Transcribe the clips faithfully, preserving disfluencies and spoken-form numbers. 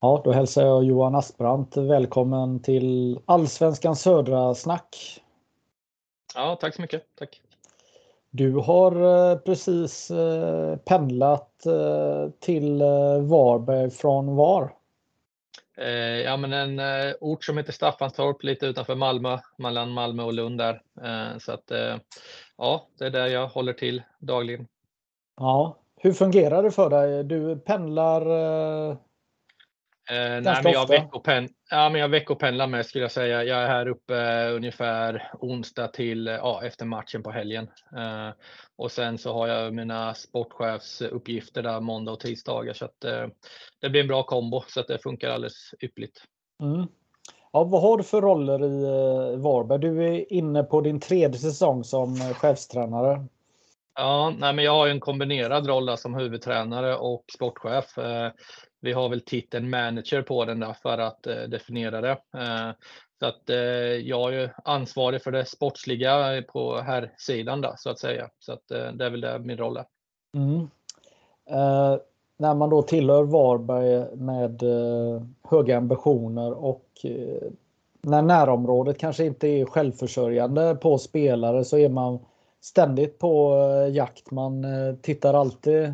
Ja, då hälsar jag Johan Asprant välkommen till Allsvenskan södra snack. Ja, tack så mycket. Tack. Du har eh, precis eh, pendlat eh, till eh, Varberg från var? Eh, ja, men en eh, ort som heter Staffanstorp, lite utanför Malmö, mellan Malmö och Lund där. Eh, så att eh, ja, det är där jag håller till dagligen. Ja, hur fungerar det för dig? Du pendlar eh, Eh, nej, ganska men jag ofta. veckopen, ja, men jag veckopendlar med skulle jag säga. Jag är här uppe eh, ungefär onsdag till eh, ja, efter matchen på helgen. Eh, och sen så har jag mina sportchefsuppgifter där måndag och tisdagar, så att eh, det blir en bra kombo, så att det funkar alldeles ypperligt. Mm. Ja, vad har du för roller i eh, Varberg? Du är inne på din tredje säsong som eh, chefstränare. Ja, nej, men jag har ju en kombinerad roll där som huvudtränare och sportchef. Eh, vi har väl titeln manager på den där för att eh, definiera det. Eh, så att eh, jag är ju ansvarig för det sportsliga på här sidan där, så att säga. Så att eh, det är väl det min roll är. Mm. Eh, när man då tillhör Varberg med eh, höga ambitioner och eh, när närområdet kanske inte är självförsörjande på spelare, så är man ständigt på eh, jakt. Man eh, tittar alltid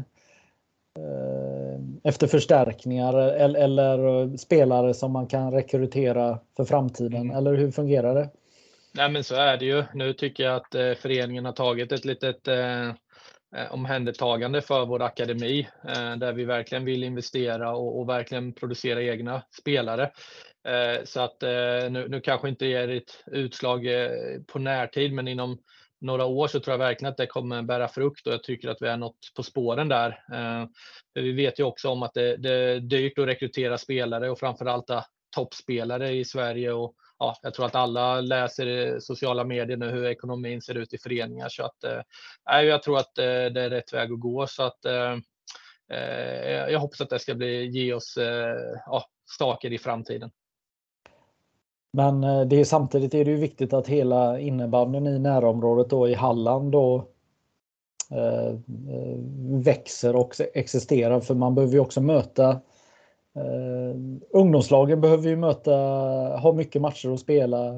eh, efter förstärkningar eller, eller spelare som man kan rekrytera för framtiden. Mm. Eller hur fungerar det? Nej, men så är det ju. Nu tycker jag att eh, föreningen har tagit ett litet eh, omhändertagande för vår akademi, eh, där vi verkligen vill investera och, och verkligen producera egna spelare. Eh, så att eh, nu, nu kanske inte ger ett utslag eh, på närtid, men inom några år så tror jag verkligen att det kommer bära frukt, och jag tycker att vi är något på spåren där. Eh, för vi vet ju också om att det, det är dyrt att rekrytera spelare, och framförallt toppspelare i Sverige, och ja, jag tror att alla läser i sociala medier nu hur ekonomin ser ut i föreningar, så att eh, jag tror att eh, det är rätt väg att gå, så att eh, jag hoppas att det ska bli, ge oss eh, ja, saker i framtiden. Men eh, det är, samtidigt är det ju viktigt att hela innebandyn i närområdet då i Halland då eh, växer och existerar, för man behöver ju också möta eh, ungdomslagen behöver ju möta, ha mycket matcher att spela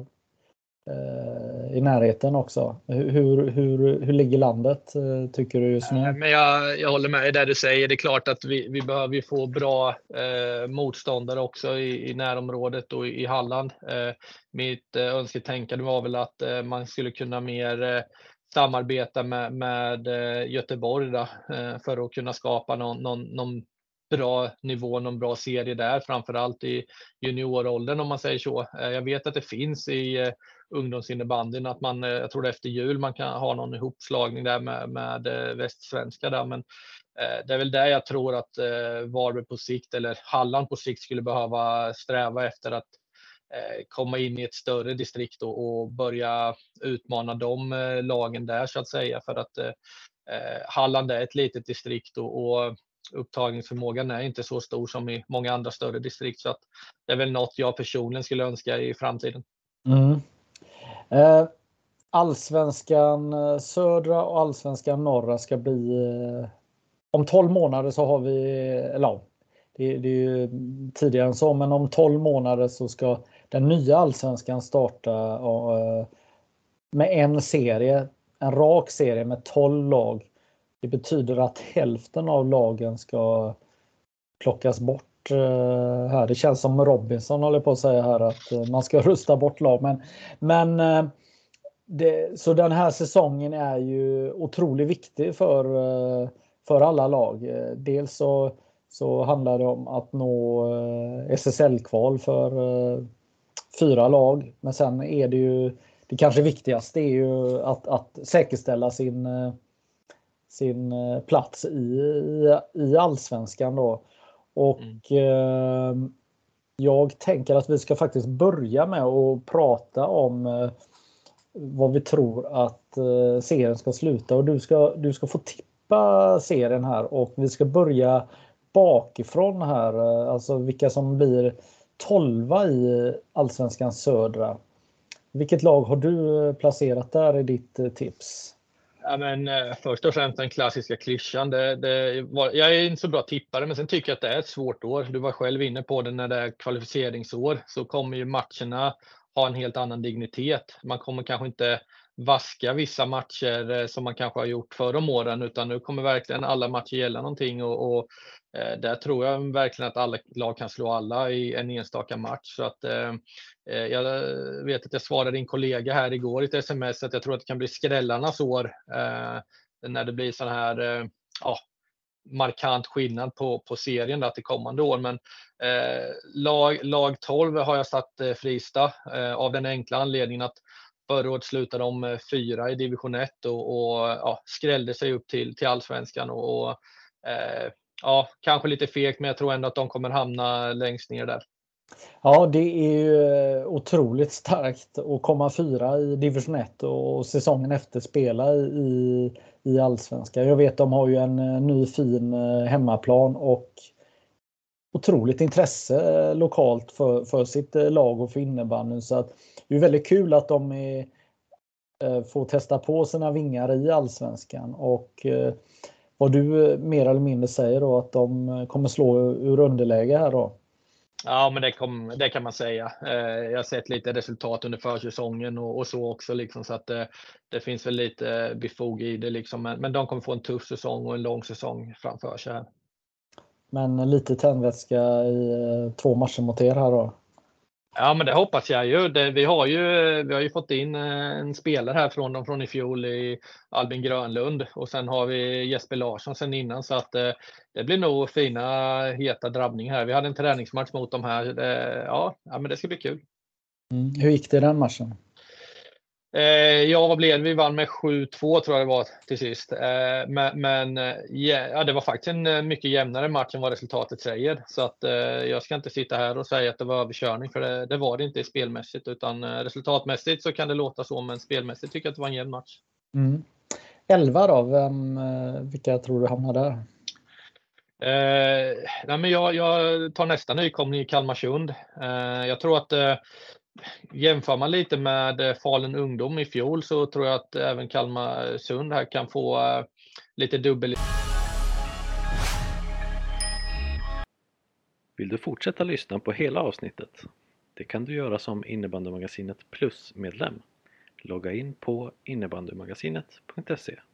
eh, i närheten också. Hur, hur, hur ligger landet eh, tycker du just nu? Men jag, jag håller med där du säger. Det är klart att vi, vi behöver ju få bra eh, motståndare också i, i närområdet och i, i Halland. Eh, mitt eh, önsketänkande var väl att eh, man skulle kunna mer eh, samarbeta med, med eh, Göteborg där, eh, för att kunna skapa någon, någon, någon bra nivå, någon bra serie där, framförallt i junioråldern om man säger så. Eh, jag vet att det finns i eh, ungdomsinnebandyn att man, jag tror det efter jul man kan ha någon ihopslagning där med, med västsvenska där, men eh, det är väl där jag tror att eh, Varberg på sikt, eller Halland på sikt, skulle behöva sträva efter att eh, komma in i ett större distrikt och, och börja utmana de eh, lagen där, så att säga, för att eh, Halland är ett litet distrikt, och, och upptagningsförmågan är inte så stor som i många andra större distrikt, så att det är väl något jag personligen skulle önska i framtiden. Mm. Eh, Allsvenskan södra och allsvenskan norra ska bli eh, om tolv månader, så har vi, eller ja, det, det är ju tidigare än så, men om tolv månader så ska den nya allsvenskan starta eh, med en serie, en rak serie med tolv lag. Det betyder att hälften av lagen ska plockas bort eh, här. Det känns som Robinson håller på att säga här, att eh, man ska rusta bort lag, men, men eh, det, så den här säsongen är ju otroligt viktig för, för alla lag. Dels så, så handlar det om att nå S S L-kval för fyra lag. Men sen är det ju, det kanske viktigaste är ju att, att säkerställa sin, sin plats i, i allsvenskan då. Och mm. jag tänker att vi ska faktiskt börja med att prata om vad vi tror att eh, serien ska sluta, och du ska, du ska få tippa serien här, och vi ska börja bakifrån här, eh, alltså vilka som blir tolva i allsvenskan södra. Vilket lag har du placerat där i ditt eh, tips? Ja, men, eh, först och främst den klassiska klyschan. Det, det var, jag är inte så bra tippare, men sen tycker jag att det är ett svårt år. Du var själv inne på det, när det är kvalificeringsår så kommer ju matcherna ha en helt annan dignitet. Man kommer kanske inte vaska vissa matcher eh, som man kanske har gjort förr om åren, utan nu kommer verkligen alla matcher gälla någonting och, och eh, där tror jag verkligen att alla lag kan slå alla i en enstaka match. Så att eh, eh, jag vet att jag svarade din kollega här igår i ett sms att jag tror att det kan bli skrällarnas år eh, när det blir sån här eh, ja, markant skillnad på, på serien där till kommande år. Men eh, lag, lag tolv har jag satt eh, Fristad eh, av den enkla anledningen att förra året slutade de eh, fyra i division ett och, och ja, skrällde sig upp till, till allsvenskan och, och eh, ja, kanske lite fegt, men jag tror ändå att de kommer hamna längst ner där. Ja, det är ju otroligt starkt att komma fyra i division ett och säsongen efter spela i, i allsvenskan. Jag vet de har ju en ny fin hemmaplan och otroligt intresse lokalt för, för sitt lag och för innebandyn. Så att det är väldigt kul att de är, får testa på sina vingar i allsvenskan. Och vad du mer eller mindre säger då, att de kommer slå ur underläge här då. Ja, men det, kom, det kan man säga. Eh, jag har sett lite resultat under försäsongen och, och så också. Liksom, så att eh, det finns väl lite befog i det. Liksom. Men, men de kommer få en tuff säsong och en lång säsong framför sig här. Men lite tändvätska i två matcher mot er här då? Ja, men det hoppas jag ju. Det, vi, har ju vi har ju fått in en spelare här från dem från i fjol i Albin Grönlund och sen har vi Jesper Larsson sen innan, så att eh, det blir nog fina heta drabbningar här. Vi hade en träningsmatch mot dem här. Det, ja, ja, men det ska bli kul. Mm. Hur gick det i den matchen? Eh, ja, vad blev det? Vi vann med sju två tror jag det var till sist. Eh, men men ja, det var faktiskt en mycket jämnare match än vad resultatet säger. Så att eh, jag ska inte sitta här och säga att det var överkörning, för det, det var det inte spelmässigt, utan eh, resultatmässigt så kan det låta så, men spelmässigt tycker jag att det var en jämn match. Mm. elva då, vem, vilka tror du hamnar där? Eh, nej, men jag, jag tar nästa nykomling i Kalmarsund. Eh, jag tror att eh, jämför man lite med Falun Ungdom i fjol så tror jag att även Kalmarsund här kan få uh, lite dubbel. Vill du fortsätta lyssna på hela avsnittet? Det kan du göra som Innebandymagasinet Plus-medlem. Logga in på innebandymagasinet punkt se.